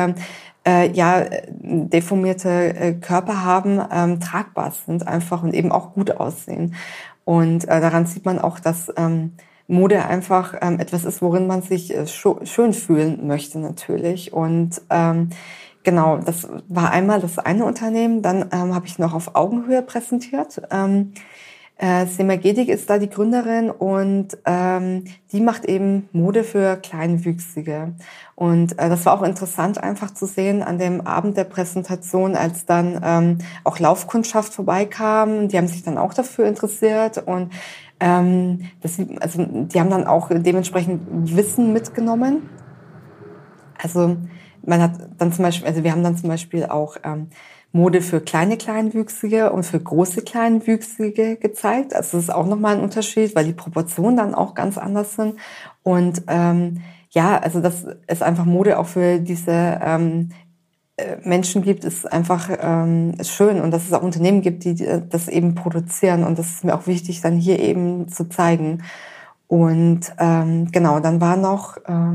deformierte Körper haben, tragbar sind einfach und eben auch gut aussehen. Und daran sieht man auch, dass Mode einfach etwas ist, worin man sich schön fühlen möchte natürlich. Und genau, das war einmal das eine Unternehmen. Dann habe ich noch auf Augenhöhe präsentiert. Sema Gedik ist da die Gründerin und die macht eben Mode für Kleinwüchsige. Und das war auch interessant einfach zu sehen an dem Abend der Präsentation, als dann auch Laufkundschaft vorbeikam. Die haben sich dann auch dafür interessiert und die haben dann auch dementsprechend Wissen mitgenommen. Also wir haben dann zum Beispiel auch Mode für kleine Kleinwüchsige und für große Kleinwüchsige gezeigt. Also das ist auch nochmal ein Unterschied, weil die Proportionen dann auch ganz anders sind. Und also das ist einfach Mode auch für diese Menschen gibt, ist einfach schön und dass es auch Unternehmen gibt, die das eben produzieren und das ist mir auch wichtig, dann hier eben zu zeigen. Und genau, dann war noch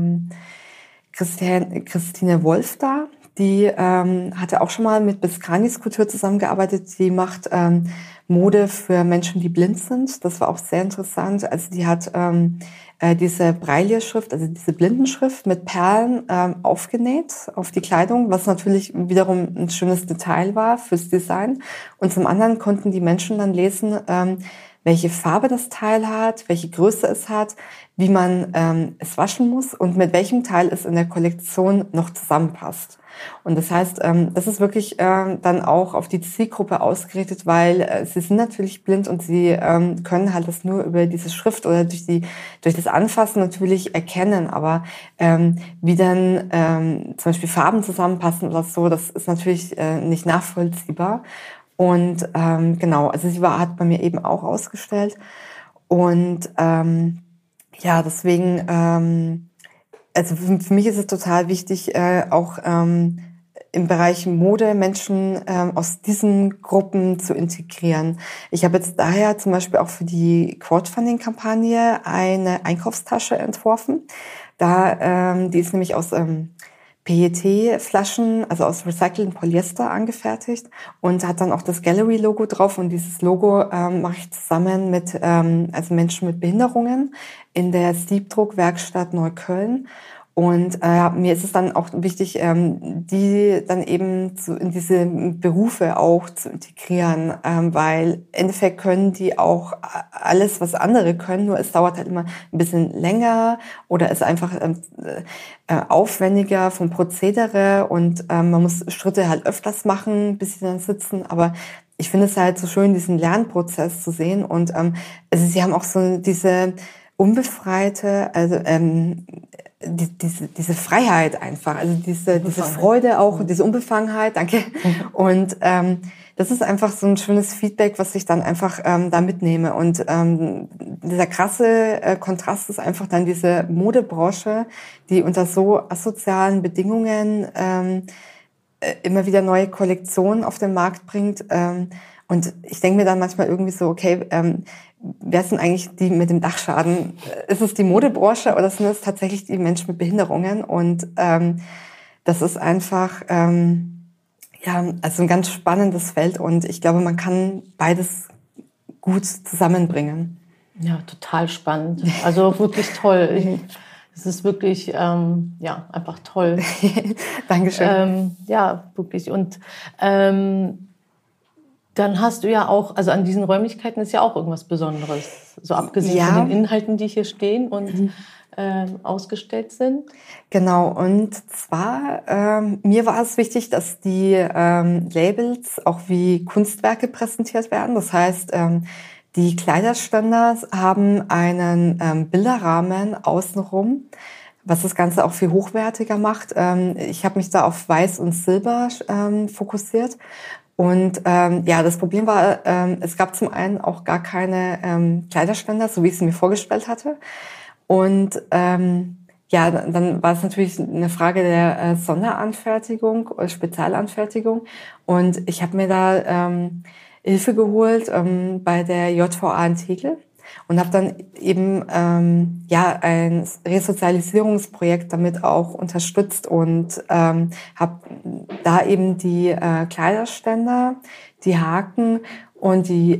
Christine Wolf da, die hatte auch schon mal mit Beskrani Couture zusammengearbeitet, die macht Mode für Menschen, die blind sind. Das war auch sehr interessant. Also die hat diese Braille-Schrift, also diese Blindenschrift mit Perlen aufgenäht auf die Kleidung, was natürlich wiederum ein schönes Detail war fürs Design. Und zum anderen konnten die Menschen dann lesen, welche Farbe das Teil hat, welche Größe es hat, wie man es waschen muss und mit welchem Teil es in der Kollektion noch zusammenpasst. Und das heißt, das ist wirklich dann auch auf die Zielgruppe ausgerichtet, weil sie sind natürlich blind und sie können halt das nur über diese Schrift oder durch das Anfassen natürlich erkennen. Aber wie dann zum Beispiel Farben zusammenpassen oder so, das ist natürlich nicht nachvollziehbar. Und genau, also sie hat bei mir eben auch ausgestellt. Und deswegen, also für mich ist es total wichtig, auch im Bereich Mode Menschen aus diesen Gruppen zu integrieren. Ich habe jetzt daher zum Beispiel auch für die Crowdfunding-Kampagne eine Einkaufstasche entworfen. Die ist nämlich aus PET-Flaschen, also aus recyceltem Polyester angefertigt und hat dann auch das Gallery-Logo drauf. Und dieses Logo mache ich zusammen mit Menschen mit Behinderungen in der Siebdruckwerkstatt Neukölln. Und mir ist es dann auch wichtig, die dann eben in diese Berufe auch zu integrieren, weil im Endeffekt können die auch alles, was andere können, nur es dauert halt immer ein bisschen länger oder ist einfach aufwendiger vom Prozedere und man muss Schritte halt öfters machen, bis sie dann sitzen, aber ich finde es halt so schön, diesen Lernprozess zu sehen und also sie haben auch so diese unbefreite, also diese Freiheit einfach, also diese Freude auch, diese Unbefangenheit, danke. Und das ist einfach so ein schönes Feedback, was ich dann einfach da mitnehme. Und dieser krasse Kontrast ist einfach dann diese Modebranche, die unter so asozialen Bedingungen immer wieder neue Kollektionen auf den Markt bringt. Und ich denke mir dann manchmal irgendwie so, okay, wer sind eigentlich die mit dem Dachschaden? Ist es die Modebranche oder sind es tatsächlich die Menschen mit Behinderungen? Und das ist einfach also ein ganz spannendes Feld und ich glaube, man kann beides gut zusammenbringen. Ja, total spannend. Also wirklich toll. Es ist wirklich einfach toll. Dankeschön. Ja, wirklich. Und dann hast du ja auch, also an diesen Räumlichkeiten ist ja auch irgendwas Besonderes, so abgesehen von den Inhalten, die hier stehen und ausgestellt sind. Genau, und zwar, mir war es wichtig, dass die Labels auch wie Kunstwerke präsentiert werden. Das heißt, die Kleiderständer haben einen Bilderrahmen außenrum, was das Ganze auch viel hochwertiger macht. Ich habe mich da auf Weiß und Silber fokussiert. Und das Problem war, es gab zum einen auch gar keine Kleiderständer, so wie ich es mir vorgestellt hatte. Und dann war es natürlich eine Frage der Sonderanfertigung oder Spezialanfertigung. Und ich habe mir da Hilfe geholt bei der JVA in Tegel und habe dann eben ein Resozialisierungsprojekt damit auch unterstützt und habe da eben die Kleiderständer, die Haken und die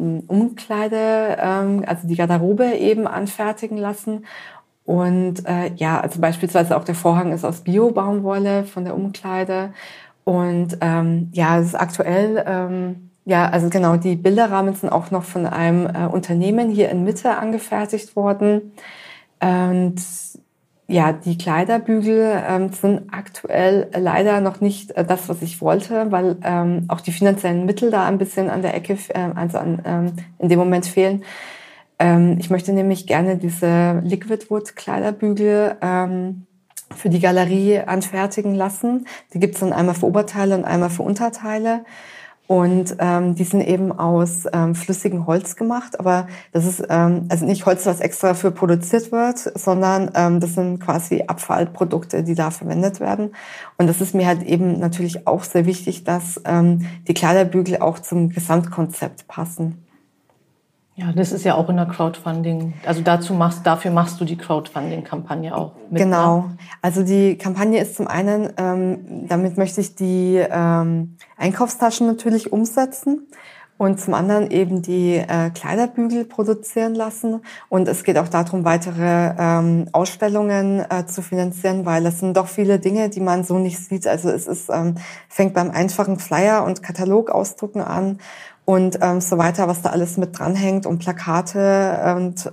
Umkleide, also die Garderobe eben anfertigen lassen. Und also beispielsweise auch der Vorhang ist aus Bio-Baumwolle von der Umkleide. Und es ist aktuell, also genau, die Bilderrahmen sind auch noch von einem Unternehmen hier in Mitte angefertigt worden. Und ja, die Kleiderbügel sind aktuell leider noch nicht das, was ich wollte, weil auch die finanziellen Mittel da ein bisschen an der Ecke, in dem Moment fehlen. Ich möchte nämlich gerne diese Liquidwood Kleiderbügel für die Galerie anfertigen lassen. Die gibt's dann einmal für Oberteile und einmal für Unterteile. Und die sind eben aus flüssigem Holz gemacht, aber das ist also nicht Holz, was extra für produziert wird, sondern das sind quasi Abfallprodukte, die da verwendet werden. Und das ist mir halt eben natürlich auch sehr wichtig, dass die Kleiderbügel auch zum Gesamtkonzept passen. Ja, das ist ja auch in der Crowdfunding. Also dafür machst du die Crowdfunding-Kampagne auch mit. Genau. Ne? Also die Kampagne ist zum einen, damit möchte ich die Einkaufstaschen natürlich umsetzen und zum anderen eben die Kleiderbügel produzieren lassen. Und es geht auch darum, weitere Ausstellungen zu finanzieren, weil das sind doch viele Dinge, die man so nicht sieht. Also es ist fängt beim einfachen Flyer und Katalog ausdrucken an. Und so weiter, was da alles mit dranhängt und Plakate und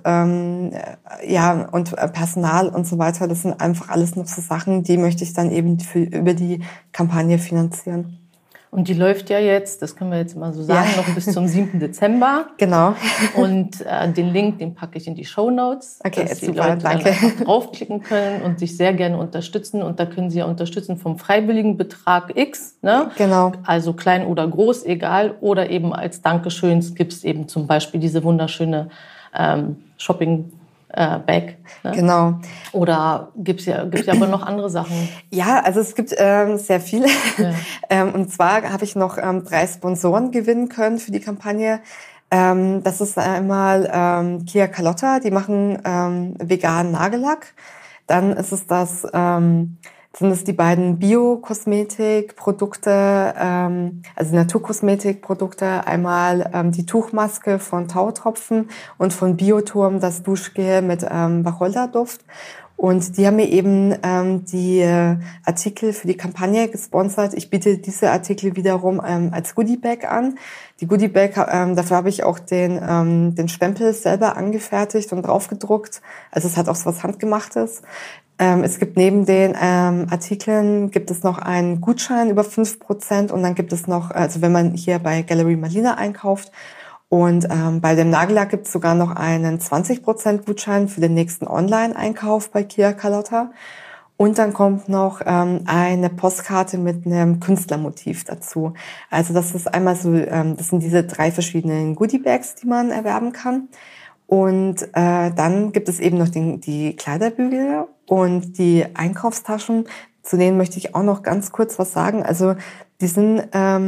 und Personal und so weiter. Das sind einfach alles noch so Sachen, die möchte ich dann eben über die Kampagne finanzieren. Und die läuft ja jetzt, das können wir jetzt mal so sagen, noch bis zum 7. Dezember. Genau. Und den Link, den packe ich in die Shownotes, okay, dass die super, Leute dann einfach draufklicken können und sich sehr gerne unterstützen. Und da können sie ja unterstützen vom freiwilligen Betrag X, ne? Genau. Also klein oder groß, egal. Oder eben als Dankeschön gibt es eben zum Beispiel diese wunderschöne Shopping-Bag. Ne? Genau. Oder gibt's ja aber noch andere Sachen? Ja, also es gibt sehr viele. Ja. Und zwar habe ich noch 3 Sponsoren gewinnen können für die Kampagne. Das ist einmal Kia Carlotta, die machen veganen Nagellack. Dann ist es sind es die beiden Bio-Kosmetikprodukte, also Naturkosmetikprodukte, einmal die Tuchmaske von Tautropfen und von Bioturm das Duschgel mit Wacholderduft. Und die haben mir eben die Artikel für die Kampagne gesponsert. Ich biete diese Artikel wiederum als Goodiebag an. Die Goodiebag, dafür habe ich auch den Stempel selber angefertigt und draufgedruckt. Also es hat auch so was Handgemachtes. Es gibt neben den Artikeln gibt es noch einen Gutschein über 5% und dann gibt es noch, also wenn man hier bei Galerie Malina einkauft, und bei dem Nagellack gibt es sogar noch einen 20% Gutschein für den nächsten Online-Einkauf bei Kia Carlotta. Und dann kommt noch eine Postkarte mit einem Künstlermotiv dazu. Also das ist einmal so, das sind diese 3 verschiedenen Goodie-Bags, die man erwerben kann. Und dann gibt es eben noch die Kleiderbügel und die Einkaufstaschen. Zu denen möchte ich auch noch ganz kurz was sagen. Also die sind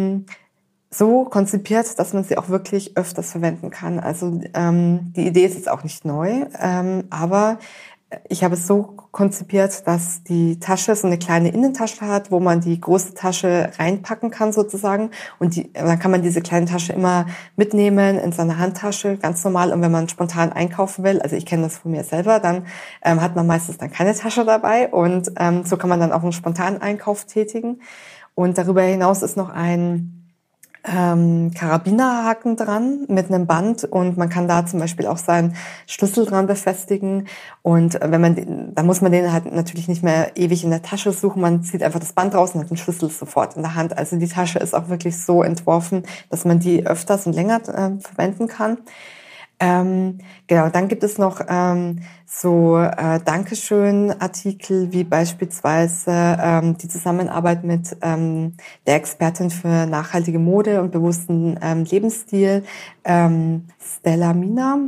so konzipiert, dass man sie auch wirklich öfters verwenden kann. Also die Idee ist jetzt auch nicht neu, aber ich habe es so konzipiert, dass die Tasche so eine kleine Innentasche hat, wo man die große Tasche reinpacken kann sozusagen. Und dann kann man diese kleine Tasche immer mitnehmen in seine Handtasche, ganz normal. Und wenn man spontan einkaufen will, also ich kenne das von mir selber, dann hat man meistens dann keine Tasche dabei. Und so kann man dann auch einen spontanen Einkauf tätigen. Und darüber hinaus ist noch ein Karabinerhaken dran mit einem Band und man kann da zum Beispiel auch seinen Schlüssel dran befestigen und da muss man den halt natürlich nicht mehr ewig in der Tasche suchen, man zieht einfach das Band raus und hat den Schlüssel sofort in der Hand. Also die Tasche ist auch wirklich so entworfen, dass man die öfters und länger verwenden kann. Genau, dann gibt es noch Dankeschön-Artikel, wie beispielsweise die Zusammenarbeit mit der Expertin für nachhaltige Mode und bewussten Lebensstil, Stella Mina.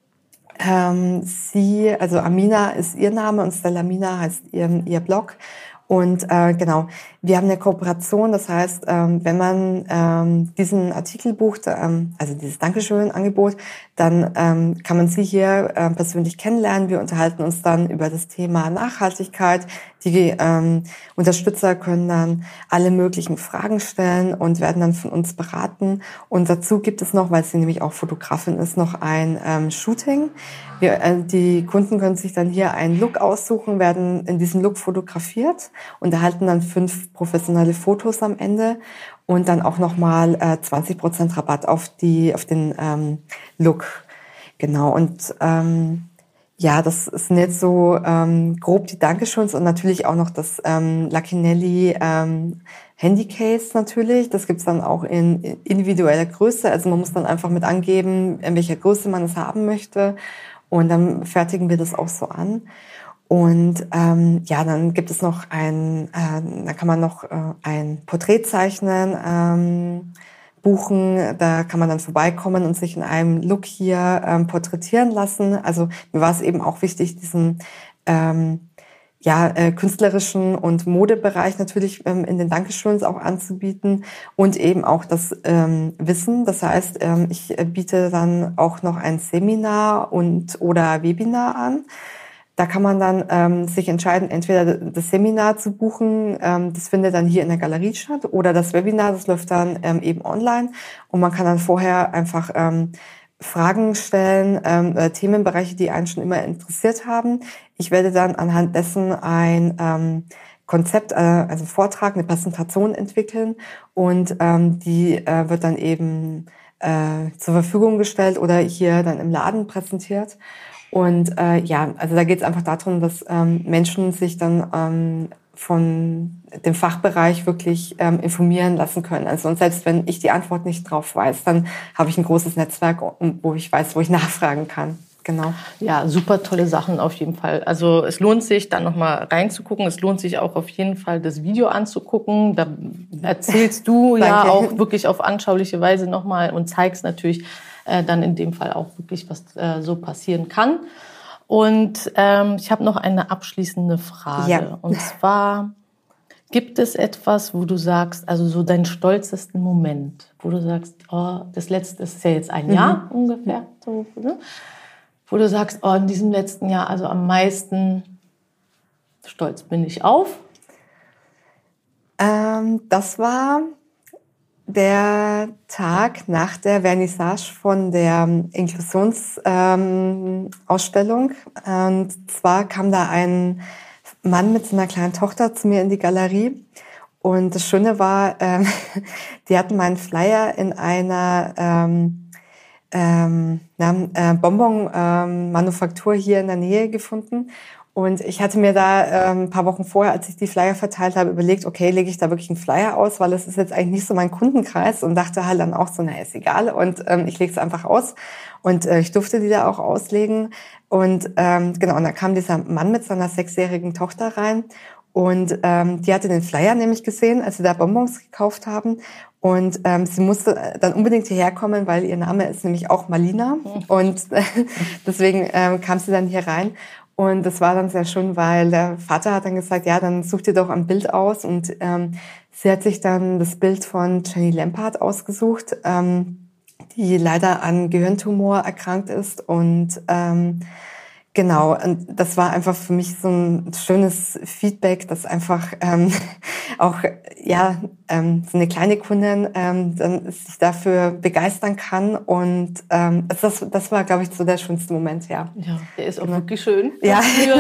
Also Amina ist ihr Name und Stella Mina heißt ihr Blog. Und genau, wir haben eine Kooperation, das heißt, wenn man diesen Artikel bucht, also dieses Dankeschön-Angebot, dann kann man sie hier persönlich kennenlernen. Wir unterhalten uns dann über das Thema Nachhaltigkeit. Die Unterstützer können dann alle möglichen Fragen stellen und werden dann von uns beraten. Und dazu gibt es noch, weil sie nämlich auch Fotografin ist, noch ein Shooting. Die Kunden können sich dann hier einen Look aussuchen, werden in diesem Look fotografiert und erhalten dann 5 professionelle Fotos am Ende und dann auch nochmal 20% Rabatt auf den Look. Genau, und ja, das sind jetzt so grob die Dankeschöns und natürlich auch noch das Lucky Nelly Handycase natürlich. Das gibt's dann auch in individueller Größe. Also man muss dann einfach mit angeben, in welcher Größe man es haben möchte. Und dann fertigen wir das auch so an. Und ja, dann gibt es noch da kann man noch ein Porträt zeichnen, buchen. Da kann man dann vorbeikommen und sich in einem Look hier porträtieren lassen. Also mir war es eben auch wichtig, diesen künstlerischen und Modebereich natürlich in den Dankeschöns auch anzubieten und eben auch das Wissen. Das heißt, ich biete dann auch noch ein Seminar oder Webinar an. Da kann man dann sich entscheiden, entweder das Seminar zu buchen, das findet dann hier in der Galerie statt, oder das Webinar, das läuft dann eben online und man kann dann vorher einfach Fragen stellen, Themenbereiche, die einen schon immer interessiert haben. Ich werde dann anhand dessen ein Konzept, also Vortrag, eine Präsentation entwickeln und die wird dann eben zur Verfügung gestellt oder hier dann im Laden präsentiert. Und also da geht es einfach darum, dass Menschen sich dann von dem Fachbereich wirklich informieren lassen können. Also und selbst wenn ich die Antwort nicht drauf weiß, dann habe ich ein großes Netzwerk, wo ich weiß, wo ich nachfragen kann. Genau. Ja, super tolle Sachen auf jeden Fall. Also es lohnt sich, dann nochmal reinzugucken. Es lohnt sich auch auf jeden Fall, das Video anzugucken. Da erzählst du ja auch wirklich auf anschauliche Weise nochmal und zeigst natürlich, dann in dem Fall auch wirklich was so passieren kann. Und ich habe noch eine abschließende Frage. Ja. Und zwar, gibt es etwas, wo du sagst, also so deinen stolzesten Moment, wo du sagst, oh, das letzte ist ja jetzt ein Jahr ungefähr, so, ne? Wo du sagst, oh, in diesem letzten Jahr, also am meisten stolz bin ich auf? Das war der Tag nach der Vernissage von der Inklusionsausstellung. Und zwar kam da ein Mann mit seiner kleinen Tochter zu mir in die Galerie. Und das Schöne war, die hatten meinen Flyer in einer Bonbon-Manufaktur hier in der Nähe gefunden. Und ich hatte mir da ein paar Wochen vorher, als ich die Flyer verteilt habe, überlegt, okay, lege ich da wirklich einen Flyer aus, weil es ist jetzt eigentlich nicht so mein Kundenkreis, und dachte halt dann auch so, na, ist egal, und ich lege es einfach aus. Und ich durfte die da auch auslegen. Und genau, und dann kam dieser Mann mit seiner 6-jährigen Tochter rein. Und die hatte den Flyer nämlich gesehen, als sie da Bonbons gekauft haben. Und sie musste dann unbedingt hierher kommen, weil ihr Name ist nämlich auch Malina. Und deswegen kam sie dann hier rein. Und das war dann sehr schön, weil der Vater hat dann gesagt, ja, dann such dir doch ein Bild aus. Und sie hat sich dann das Bild von Jenny Lampard ausgesucht, die leider an Gehirntumor erkrankt ist. Und genau, und das war einfach für mich so ein schönes Feedback, dass einfach auch ja so eine kleine Kundin dann sich dafür begeistern kann, und das war, glaube ich, so der schönste Moment, ja. Ja, der ist auch wirklich schön. Ja.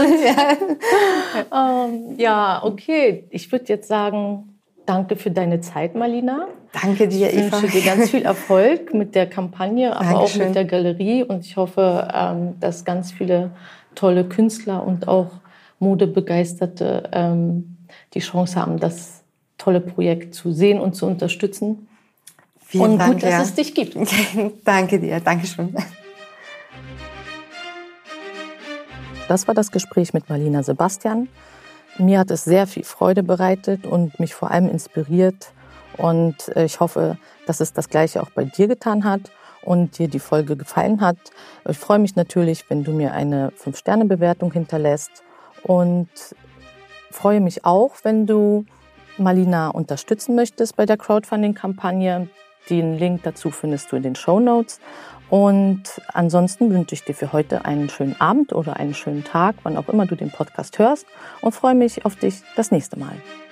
Ja, okay. Ich würde jetzt sagen, danke für deine Zeit, Malina. Danke dir, Eva. Ich wünsche dir ganz viel Erfolg mit der Kampagne, aber Dankeschön. auch mit der Galerie. Und ich hoffe, dass ganz viele tolle Künstler und auch Modebegeisterte die Chance haben, das tolle Projekt zu sehen und zu unterstützen. Vielen Dank, gut, dass es dich gibt. Danke dir, Dankeschön. Das war das Gespräch mit Malina Sebastian. Mir hat es sehr viel Freude bereitet und mich vor allem inspiriert. Und ich hoffe, dass es das Gleiche auch bei dir getan hat und dir die Folge gefallen hat. Ich freue mich natürlich, wenn du mir eine 5-Sterne-Bewertung hinterlässt, und freue mich auch, wenn du Malina unterstützen möchtest bei der Crowdfunding-Kampagne. Den Link dazu findest du in den Shownotes. Und ansonsten wünsche ich dir für heute einen schönen Abend oder einen schönen Tag, wann auch immer du den Podcast hörst, und freue mich auf dich das nächste Mal.